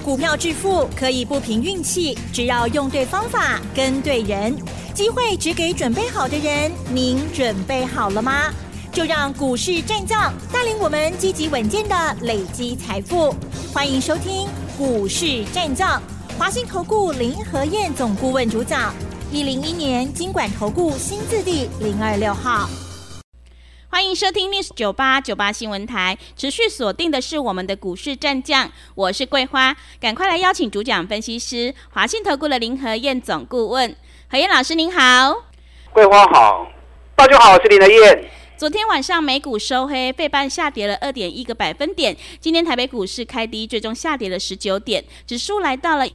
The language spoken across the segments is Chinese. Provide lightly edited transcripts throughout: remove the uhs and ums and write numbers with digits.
股票致富可以不凭运气，只要用对方法跟对人。机会只给准备好的人，您准备好了吗？就让股市战将带领我们积极稳健的累积财富。欢迎收听股市战将，华信投顾林和彥总顾问主讲，101年金管投顾新字第026号。 欢迎收听 News98 新闻台，持续锁定的是我们的股市战将，我是桂花，赶快来邀请主讲分析师华信投顾的林和彥总顾问。和彥老师您好。 桂花好，大家好，我是林和彥。 昨天晚上美股收黑，费半下跌了2.1个百分点。今天台北股市开低，最终下跌了19点，指数来到了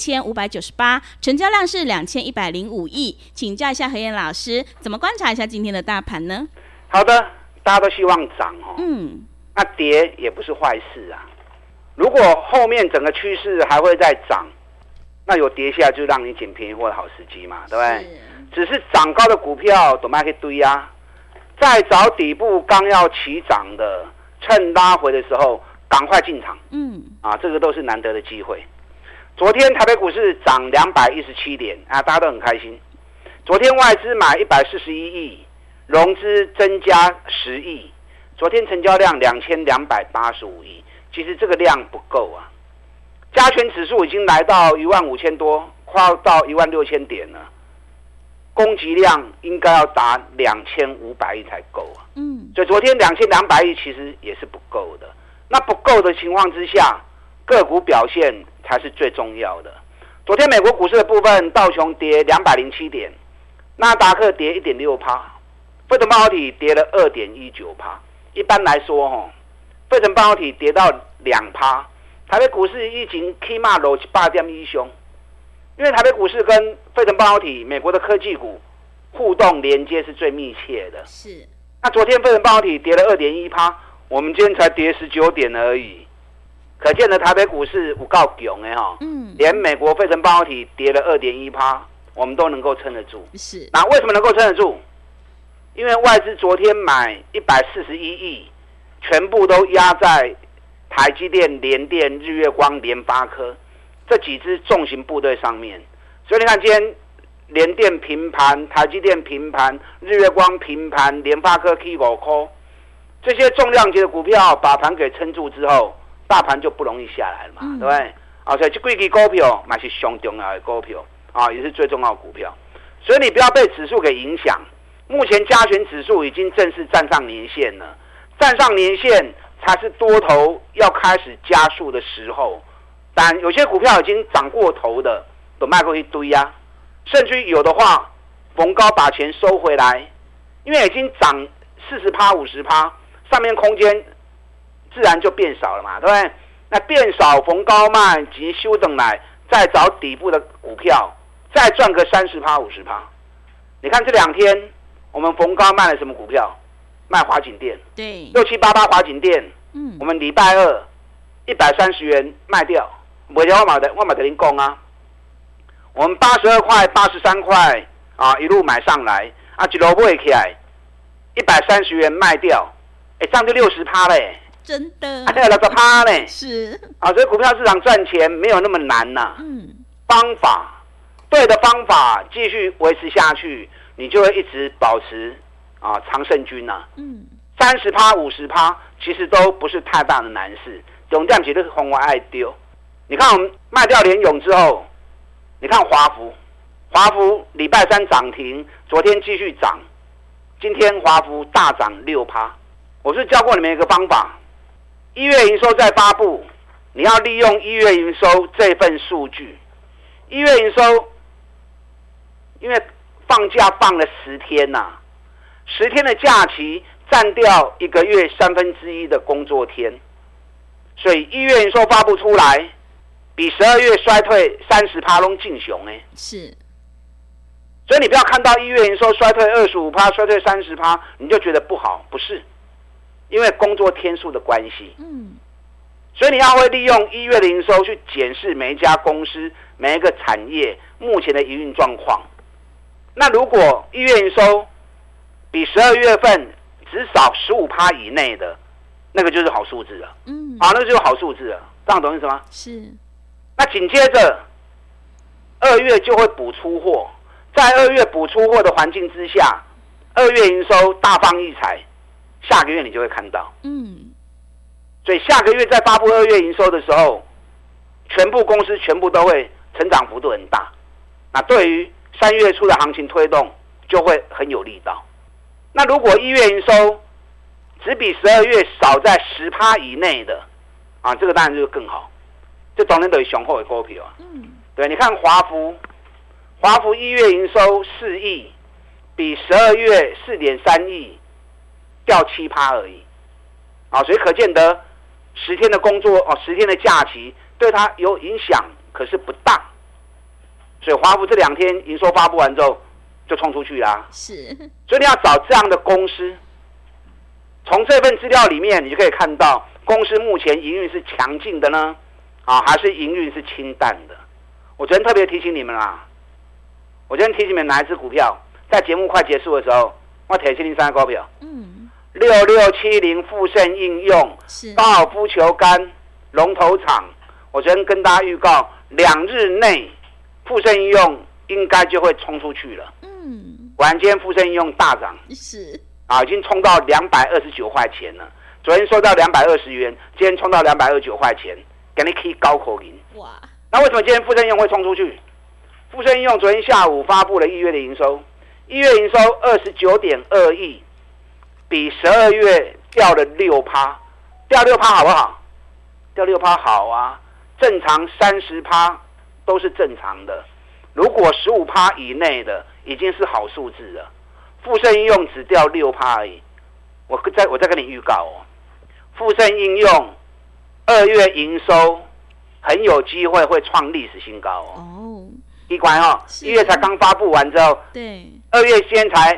15598，成交量是2105亿。请教一下和彥老师，怎么观察一下今天的大盘呢？ 好的，大家都希望涨哦。那跌也不是坏事啊。如果后面整个趋势还会再涨，那有跌下就让你捡便宜货的好时机嘛，对不对？只是涨高的股票都卖一堆啊。再找底部刚要起涨的，趁拉回的时候赶快进场。这个都是难得的机会。昨天台北股市涨217点啊，大家都很开心。昨天外资买141亿。融资增加10亿，昨天成交量2285亿，其实这个量不够啊。加权指数已经来到15000多，快要到16000点了，供给量应该要达2500亿才够啊。所以昨天2200亿其实也是不够的。那不够的情况之下，个股表现才是最重要的。昨天美国股市的部分，道琼跌207点，纳达克跌1.6%。费城半导体跌了2.19%，一般来说，费城半导体跌到2%，台北股市已经起码落8点以上，因为台北股市跟费城半导体、美国的科技股互动连接是最密切的。 是。 那昨天费城半导体跌了2.1%，我们今天才跌19点而已，可见的台北股市有够强的哈。连美国费城半导体跌了2.1%，我们都能够撑得住。 是。 那为什么能够撑得住？因为外资昨天买141亿，全部都压在台积电、联电、日月光、联发科这几支重型部队上面，所以你看今天联电平盘，台积电平盘，日月光平盘，联发科起5块，这些重量级的股票把盘给撑住之后，大盘就不容易下来了嘛，对不对？所以这几支股票也是相重要的股票也是最重要的股票，所以你不要被指数给影响。目前加权指数已经正式站上年线了，站上年线才是多头要开始加速的时候。但有些股票已经涨过头的，都卖过一堆啊，甚至有的话，逢高把钱收回来，因为已经涨40%、50%，上面空间自然就变少了嘛，对不对？那变少，逢高卖，及修等来，再找底部的股票，再赚个30%、50%。你看这2天。我们逢高卖了什么股票？卖华景电， 对 ，6788华景电，我们礼拜二130元卖掉，不然我嘛跟您讲啊，我们82块、83块一路买上来一路买起来，130元卖掉，这样就60%嘞， 真的， 还有60%嘞， 是所以股票市场赚钱没有那么难呐，方法对的方法继续维持下去。你就会一直保持常胜军30%、50%其实都不是太大的难事。重点就是红我爱丢。你看我们卖掉联咏之后，你看华孚礼拜三涨停，昨天继续涨，今天华孚大涨6%。我是教过你们一个方法，1月营收再发布，你要利用1月营收这份数据。1月营收，因为放假放了10天10天的假期占掉1个月1/3的工作天，所以1月营收发布出来，比12月衰退30%都进雄是， 所以你不要看到1月营收衰退25%、衰退30%，你就觉得不好，不是，因为工作天数的关系。所以你要会利用1月的营收去检视每一家公司、每一个产业目前的营运状况。那如果1月营收比12月份只少15%以内的，那个就是好数字了。那个就是好数字了，这样懂意思吗？ 是。 那紧接着2月就会补出货，在2月补出货的环境之下，2月营收大放异彩，下个月你就会看到。所以下个月在发布2月营收的时候，全部公司全部都会成长幅度很大，那对于3月初的行情推动就会很有力道。那如果1月营收只比12月少在10%以内的，这个当然就更好。这当然都是雄厚的股票啊。对，你看华孚1月营收4亿，比12月4.3亿掉7%而已。所以可见得10天的工作10天的假期对它有影响，可是不大。所以华孚这2天营收发布完之后就冲出去啦。 是， 所以你要找这样的公司。从这份资料里面，你就可以看到公司目前营运是强劲的呢，还是营运是清淡的。我昨天特别提醒你们啦，我昨天提醒你们哪一支股票，在节目快结束的时候，我提703的股票，6670富盛应用高尔夫球杆龙头厂，我昨天跟大家预告，2日内富盛应用应该就会冲出去了。果然今天富盛应用大涨， 是已经冲到229块钱了。昨天收到220元，今天冲到229块钱，给你可以高口赢。哇！那为什么今天富盛应用会冲出去？富盛应用昨天下午发布了1月的营收，1月营收29.2亿，比12月掉了6%，掉6%好不好？掉6%好啊，正常30%都是正常的。如果15%以内的，已经是好数字了。富盛应用只掉6%而已。我再跟你预告富盛应用2月营收很有机会会创历史新高奇怪1月才刚发布完之后， 对 ，2月先才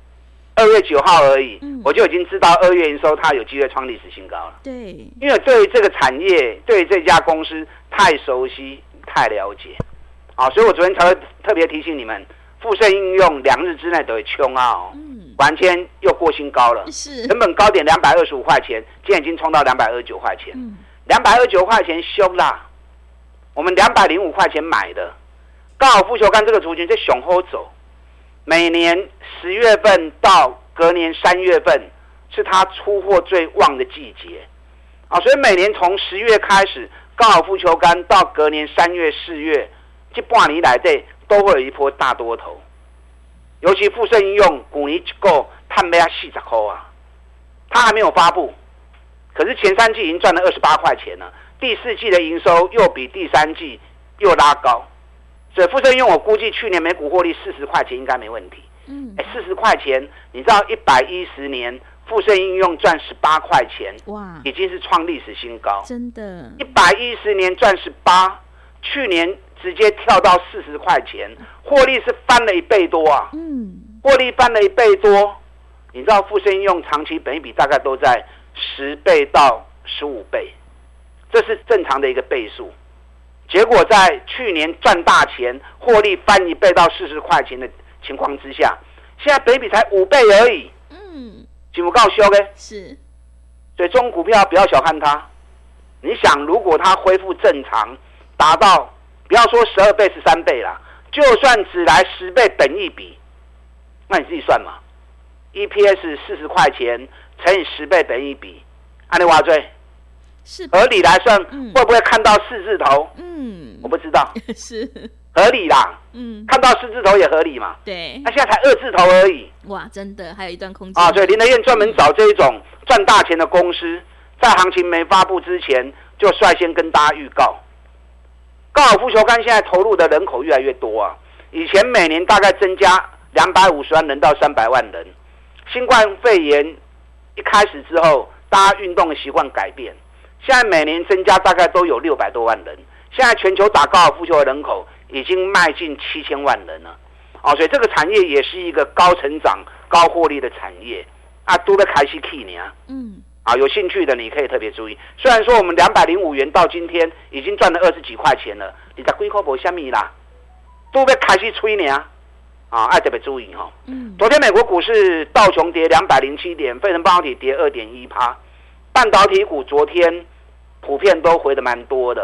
2月9号而已，我就已经知道2月营收它有机会创历史新高了。 对， 因为对于这个产业，对于这家公司太熟悉、太了解，所以我昨天才会特别提醒你们，富盛应用2日之内都会冲完全又过新高了， 是成本高点225块钱，今天已经冲到229块钱，229块钱凶啦！我们205块钱买的高尔夫球杆这个族群在雄厚走，每年10月份到隔年3月份是它出货最旺的季节所以每年从10月开始，高尔夫球杆到隔年3月4月这半年来的都会有一波大多头。尤其富盛应用去年一个赚要40块它还没有发布，可是前3季已经赚了28块钱了，第4季的营收又比第3季又拉高，所以富盛应用我估计去年每股获利40块钱应该没问题。40块钱，你知道110年富盛应用赚18块钱，哇，已经是创历史新高， 真的。 110年赚18，去年直接跳到40块钱，获利是翻了1倍多获利翻了1倍多。你知道富盛应用长期本益比大概都在10倍到15倍，这是正常的一个倍数。结果在去年赚大钱，获利翻1倍到40块钱的情况之下，现在本益比才5倍而已。怎么告诉呢？ 是， 所以中股票不要小看它。你想，如果它恢复正常，达到不要说12倍13倍啦，就算只来10倍本益比，那你自己算嘛。EPS 40块钱乘以10倍本益比，按你挖追， 是合理来算，会不会看到4字头？我不知道， 是合理啦。看到4字头也合理嘛。 对， 那现在才2字头而已。 哇，真的还有一段空间所以林德燕专门找这一种赚大钱的公司，在行情没发布之前，就率先跟大家预告。高尔夫球杆现在投入的人口越来越多以前每年大概增加250万人到300万人。新冠肺炎一开始之后，大家运动的习惯改变，现在每年增加大概都有600多万人。现在全球打高尔夫球的人口已经迈进7000万人了所以这个产业也是一个高成长、高获利的产业都在开始起呢有兴趣的你可以特别注意。虽然说我们205元到今天已经赚了20几块钱了，20几块没什么啦，都在开始吹呢要特别注意昨天美国股市道琼跌207点，费城半导体跌2.1%，半导体股昨天普遍都回得蛮多的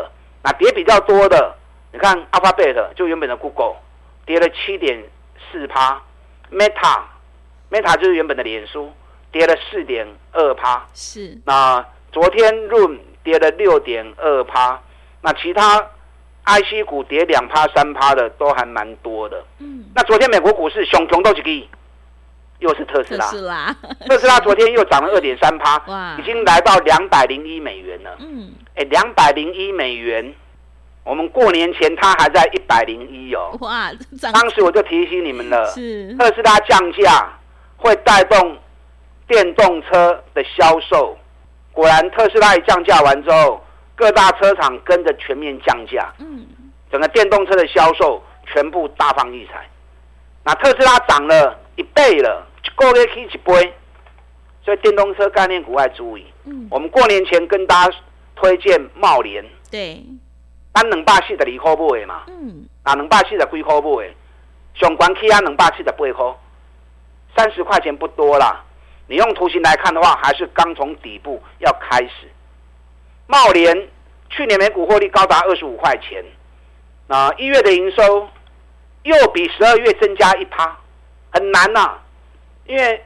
那跌比较多的，你看 Alphabet 就原本的 Google 跌了 7.4%，Meta 就是原本的脸书跌了 4.2%， 是。 那昨天 Room 跌了 6.2%， 那其他 IC 股跌 2%、3% 的都还蛮多的。那昨天美国股市熊熊都几个，又是特斯拉。特斯拉昨天又涨了 2.3%， 已经来到201美元了。201美元，我们过年前它还在101哦。哇，当时我就提醒你们了，特斯拉降价会带动电动车的销售。果然特斯拉一降价完之后，各大车厂跟着全面降价，整个电动车的销售全部大放异彩。那特斯拉涨了1倍了，一个月起1倍，所以电动车概念股要注意。我们过年前跟大家推荐茂联， 对， 咱242块买嘛，240几块买，上关起啊278块，30块钱不多啦。你用图形来看的话，还是刚从底部要开始。茂联去年每股获利高达25块钱，那1月的营收又比12月增加1%，很难呐，因为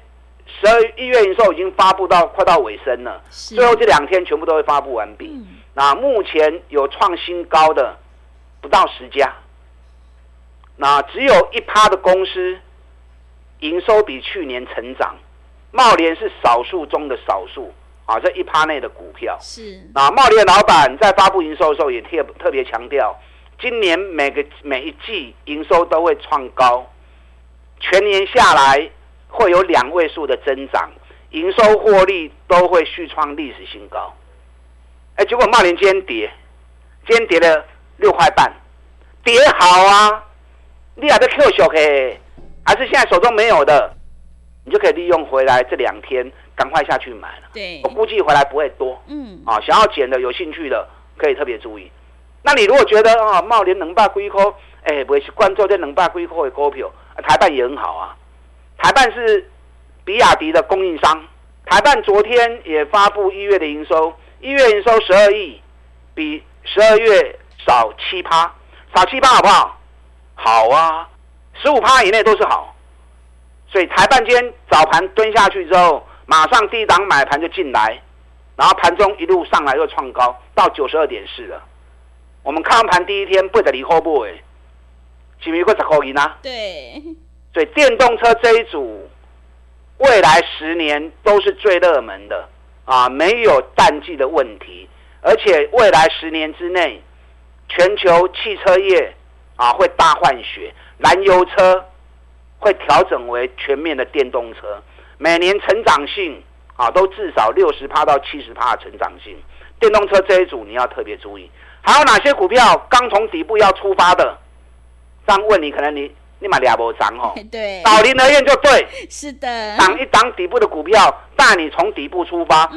1月营收已经发布到快到尾声了，最后这2天全部都会发布完毕。那目前有创新高的不到10家，那只有1%的公司营收比去年成长。茂联是少数中的少数啊，这1%内的股票是。那茂联老板在发布营收的时候也特别强调，今年每一季营收都会创高，全年下来会有2位数的增长，营收获利都会续创历史新高。结果茂联今天跌了6块半，跌好啊！你还在 Q 小 K， 还是现在手中没有的？你就可以利用回来这2天赶快下去买了。对，我估计回来不会多。想要捡的有兴趣的可以特别注意。那你如果觉得茂联200几块，不是关注这200几块的股票，台办也很好啊。台办是比亚迪的供应商，台办昨天也发布1月的营收，1月营收12亿，比12月少7%，少7%好不好？好啊，15%以内都是好。所以台半今天早盘蹲下去之后，马上低档买盘就进来，然后盘中一路上来又创高到92.4了。我们看完盘第一天82块买，是不是10块钱啊？ 对。 所以电动车这一组，未来10年都是最热门的啊，没有淡季的问题，而且未来10年之内，全球汽车业啊会大换血，燃油车会调整为全面的电动车，每年成长性啊都至少60%到70%的成长性。电动车这一组你要特别注意。还有哪些股票刚从底部要出发的？这样问你，可能你买俩不涨哦。 对， 导林而言就对。 是的。 涨一档底部的股票，带你从底部出发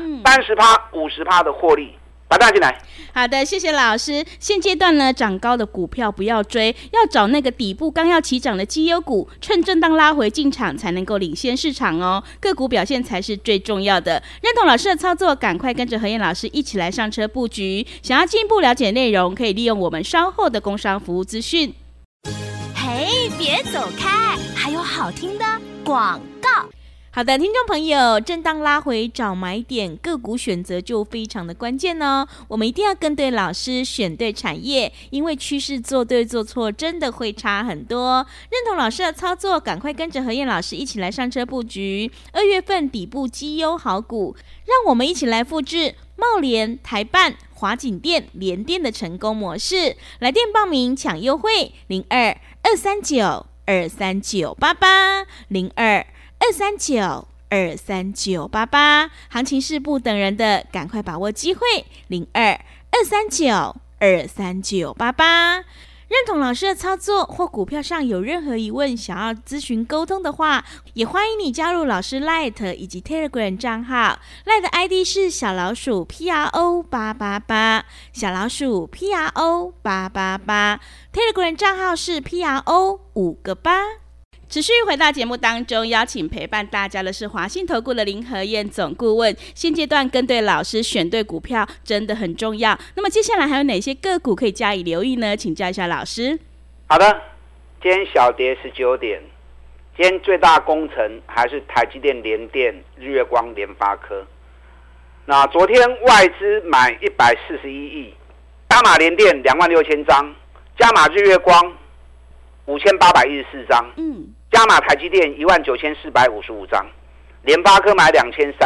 ，30%、50%的获利。把大家进来。 好的，谢谢老师。现阶段呢，涨高的股票不要追，要找那个底部刚要起涨的绩优股，趁震荡拉回进场，才能够领先市场哦。个股表现才是最重要的。认同老师的操作，赶快跟着何燕老师一起来上车布局。想要进一步了解内容，可以利用我们稍后的工商服务资讯。 嘿，别走开，还有好听的广告。 好的，听众朋友，震荡拉回找买点，个股选择就非常的关键哦。我们一定要跟对老师，选对产业，因为趋势做对做错真的会差很多。认同老师的操作，赶快跟着何燕老师一起来上车布局2月份底部绩优好股，让我们一起来复制茂联、台办、华景电、联电的成功模式。来电报名抢优惠02-239-23988 02-239-23988，行情是不等人的，赶快把握机会02-239-23988。认同老师的操作或股票上有任何疑问，想要咨询沟通的话，也欢迎你加入老师 LINE 以及 Telegram 账号。LINE 的 ID 是小老鼠 PRO888， 小老鼠 PRO888， Telegram 账号是 PRO5个8。 持续回到节目当中，邀请陪伴大家的是华信投顾的林和彥总顾问。现阶段跟对老师选对股票真的很重要，那么接下来还有哪些个股可以加以留意呢？请教一下老师。 好的，今天小跌19点，今天最大功臣还是台积电、联电、日月光、联发科。那昨天外资买141亿，加码联电26000张，加码日月光5814张，加码台积电19455张，联发科买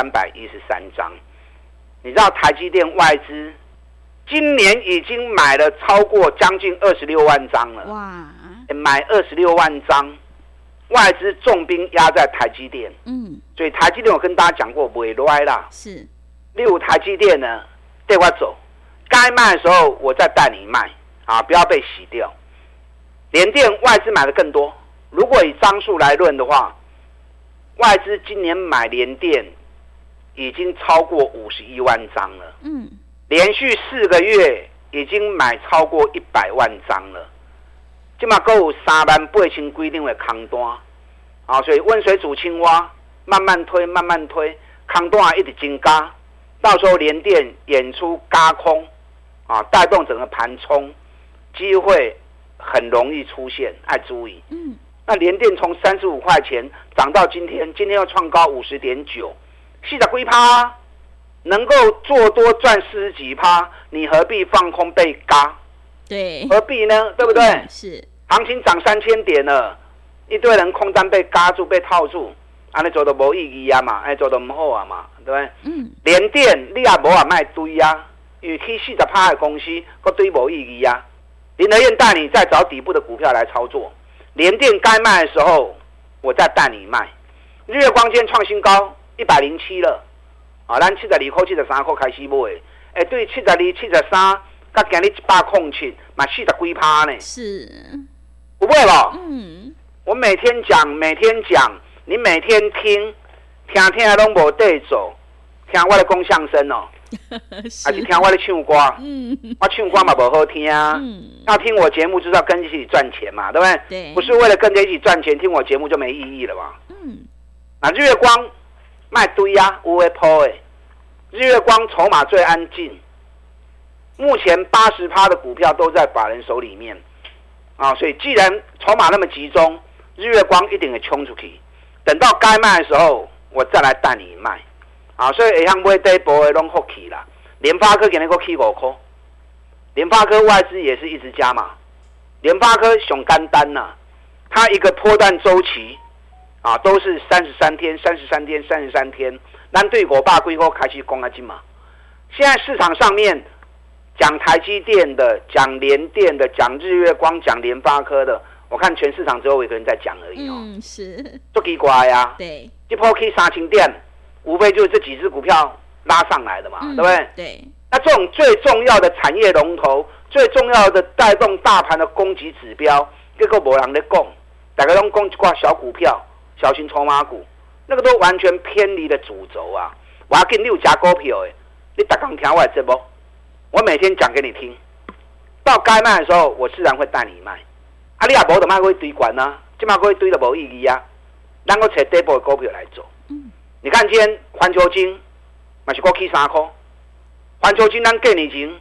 2313张。你知道台积电外资今年已经买了超过将近26万张了，哇！买26万张，外资重兵压在台积电，所以台积电我跟大家讲过不会赖啦， 是。 例如台积电呢，带我走，该卖的时候我再带你卖啊，不要被洗掉。联电外资买的更多，如果以张数来论的话，外资今年买联电已经超过51万张了，连续4个月已经买超过100万张了，现在还有38000几张的空单啊，所以温水煮青蛙，慢慢推，慢慢推，空单一直增加，到时候联电演出軋空啊，带动整个盘冲，机会很容易出现，要注意。那联电从35块钱涨到今天又创高50.9%，40几%，能够做多赚40几%，你何必放空被嘎？ 对， 何必呢？对不对？ 是， 行情涨3000点了，一堆人空单被嘎住、被套住，安尼做都无意义啊嘛，安尼做都唔好啊嘛，对不对？联电你也无话卖堆啊，因为去40%的公司，个堆无意义啊。林和彥带你再找底部的股票来操作，联电该卖的时候，我再带你卖。日月光今天创新高107了，啊，咱72块、73块开始买，对72、73，甲今日107，嘛40几%呢？ 是， 有买无？我每天讲，你每天听的拢无对走，听我的讲相声哦。还是听我的唱歌，我唱歌嘛不好听啊。要听我节目就是要跟着一起赚钱嘛，对不对？ 对， 不是为了跟着一起赚钱，听我节目就没意义了嘛。那日月光卖堆啊，有会抛诶。日月光筹码最安静，目前80%的股票都在法人手里面啊，所以既然筹码那么集中，日月光一定会冲出去。等到该卖的时候，我再来带你卖。啊，所以会向买底部的拢福气啦。联发科今日佫起5块，联发科外资也是一直加码。联发科上简单呐，它一个波段周期啊，都是33天、33天、33天。咱对500几块开始讲啊，今嘛。现在市场上面讲台积电的、讲联电的、讲日月光、讲联发科的，我看全市场只有我一个人在讲而已哦。 是。 都奇怪呀。 对。 这波去3000点。无非就是这几只股票拉上来的嘛，对不对？ 对。 那这种最重要的产业龙头、最重要的带动大盘的攻击指标，结果没人在讲，大家都讲一挂小股票、小型筹码股，那个都完全偏离了主轴啊！我要跟你有加股票的，你每天听我的节目，我每天讲给你听，到该卖的时候，我自然会带你卖。啊，你也无就卖过一堆管啊，这卖过一堆就无意义啊，咱个找底部的股票来做。你看今天环球金嘛是过起3块，环球金咱过年前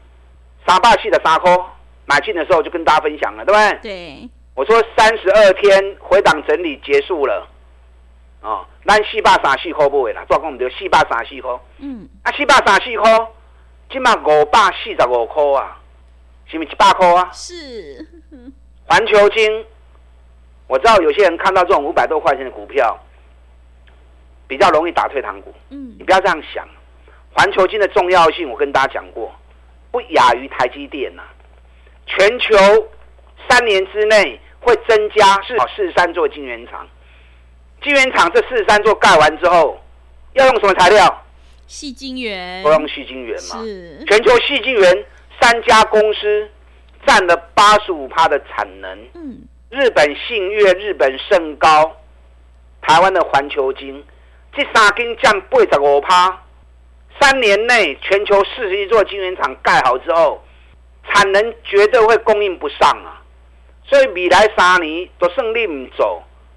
343块买进的时候就跟大家分享了，对不对？ 对。 我说32天回档整理结束了，哦，咱434块买啦，多讲唔对，434块。434块，今嘛545块啊，是不是100块啊？ 是。 环球金，我知道有些人看到这种500多块钱的股票。比较容易打退堂鼓，你不要这样想。环球金的重要性，我跟大家讲过，不亚于台积电呐。全球3年之内会增加43座晶圆厂，晶圆厂这43座盖完之后，要用什么材料？ 矽晶圆。 都用矽晶圆嘛。 是。 全球矽晶圆3家公司占了85%的产能。日本信越、日本盛高，台湾的环球金。这3间占85%， 3年内全球41座晶圆厂盖好之后，产能绝对会供应不上啊！所以未来3年都算你唔走，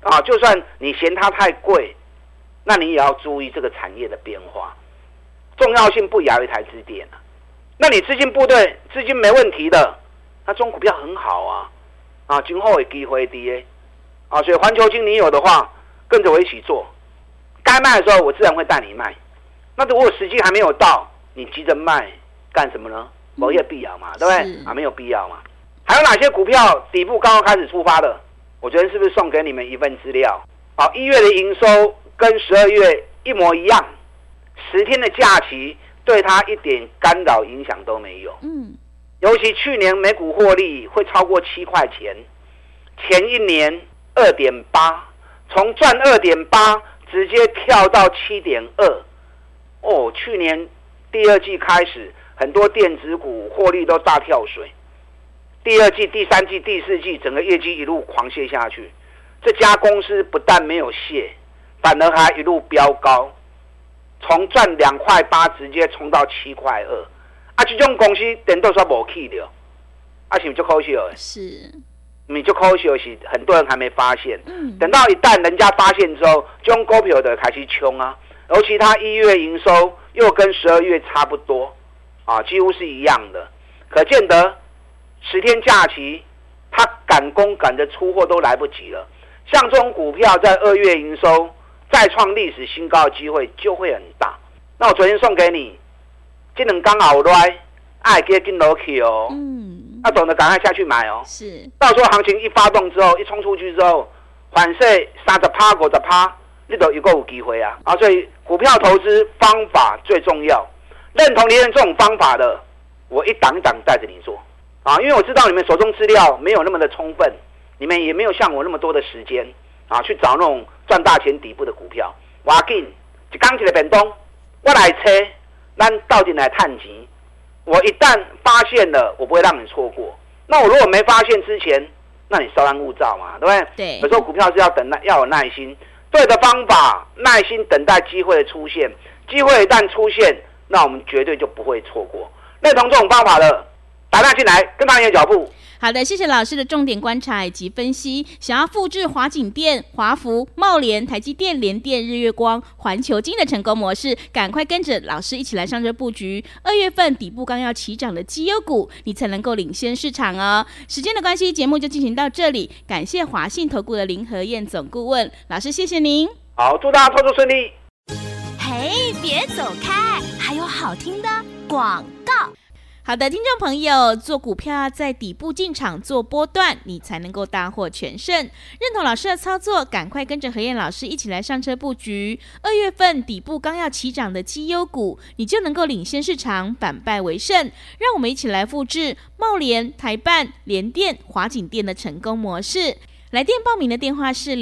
啊，就算你嫌它太贵，那你也要注意这个产业的变化，重要性不亚于台积电啊。那你资金部队资金没问题的，那中股票很好啊，今后有机会的啊，所以环球金你有的话，跟着我一起做，该卖的时候我自然会带你卖。那如果时机还没有到，你急着卖干什么呢？没有必要嘛，对不对？啊，没有必要嘛。还有哪些股票底部刚刚开始出发的？我昨天是不是送给你们一份资料？好，1月的营收跟12月一模一样，10天的假期对它一点干扰影响都没有。尤其去年每股获利会超过7块钱，前一年 2.8， 从赚 2.8 直接跳到 7.2。哦，去年第二季开始，很多电子股获利都大跳水。第二季、第三季、第四季，整个业绩一路狂泻下去。这家公司不但没有泻，反而还一路飙高，从赚2.8块直接冲到7.2块。啊，这种公司等到说没去了，啊，是不是就可惜了？ 是， 你就可惜是很多人还没发现。等到一旦人家发现之后，这种股票的开始冲啊。尤其它1月营收又跟12月差不多，啊，几乎是一样的，可见得10天假期，它赶工赶着出货都来不及了。像这种股票在2月营收再创历史新高的机会就会很大。那我昨天送给你，这两天后来爱给跟落去哦，那懂得赶快下去买哦。 是， 到时候行情一发动之后，一冲出去之后，反射30%、50%。你都有够有机会啊！所以股票投资方法最重要。认同你这种方法的，我一档一档带着你做啊！因为我知道你们手中资料没有那么的充分，你们也没有像我那么多的时间啊，去找那种赚大钱底部的股票。要紧，一刚起来变动，我来车，咱到底来探钱。我一旦发现了，我不会让你错过。那我如果没发现之前，那你稍安勿躁嘛，对不对？ 对。 有时候股票是要等待，要有耐心。对的方法，耐心等待机会的出现，机会一旦出现，那我们绝对就不会错过。认同这种方法的，打量进来，跟上你的脚步。 好的，谢谢老师的重点观察以及分析。想要复制华景电、华孚、茂联、台积电、联电、日月光、环球金的成功模式，赶快跟着老师一起来上车布局2月份底部刚要起涨的绩优股，你才能够领先市场哦。时间的关系，节目就进行到这里，感谢华信投顾的林和燕总顾问老师，谢谢您。 好，祝大家操作顺利。 嘿，别走开，还有好听的广告。 好的，听众朋友，做股票在底部进场做波段，你才能够大获全胜。认同老师的操作，赶快跟着和燕老师一起来上车布局2月份底部刚要起涨的绩优股，你就能够领先市场，反败为胜。让我们一起来复制茂联、台办、联电、华景电的成功模式。来电报名的电话是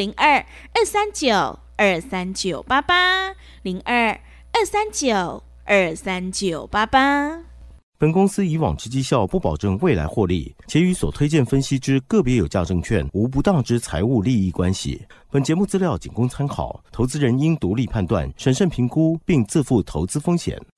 02-239-23988 02-239-23988。 本公司以往之绩效不保证未来获利，且与所推荐分析之个别有价证券无不当之财务利益关系。本节目资料仅供参考，投资人应独立判断、审慎评估，并自负投资风险。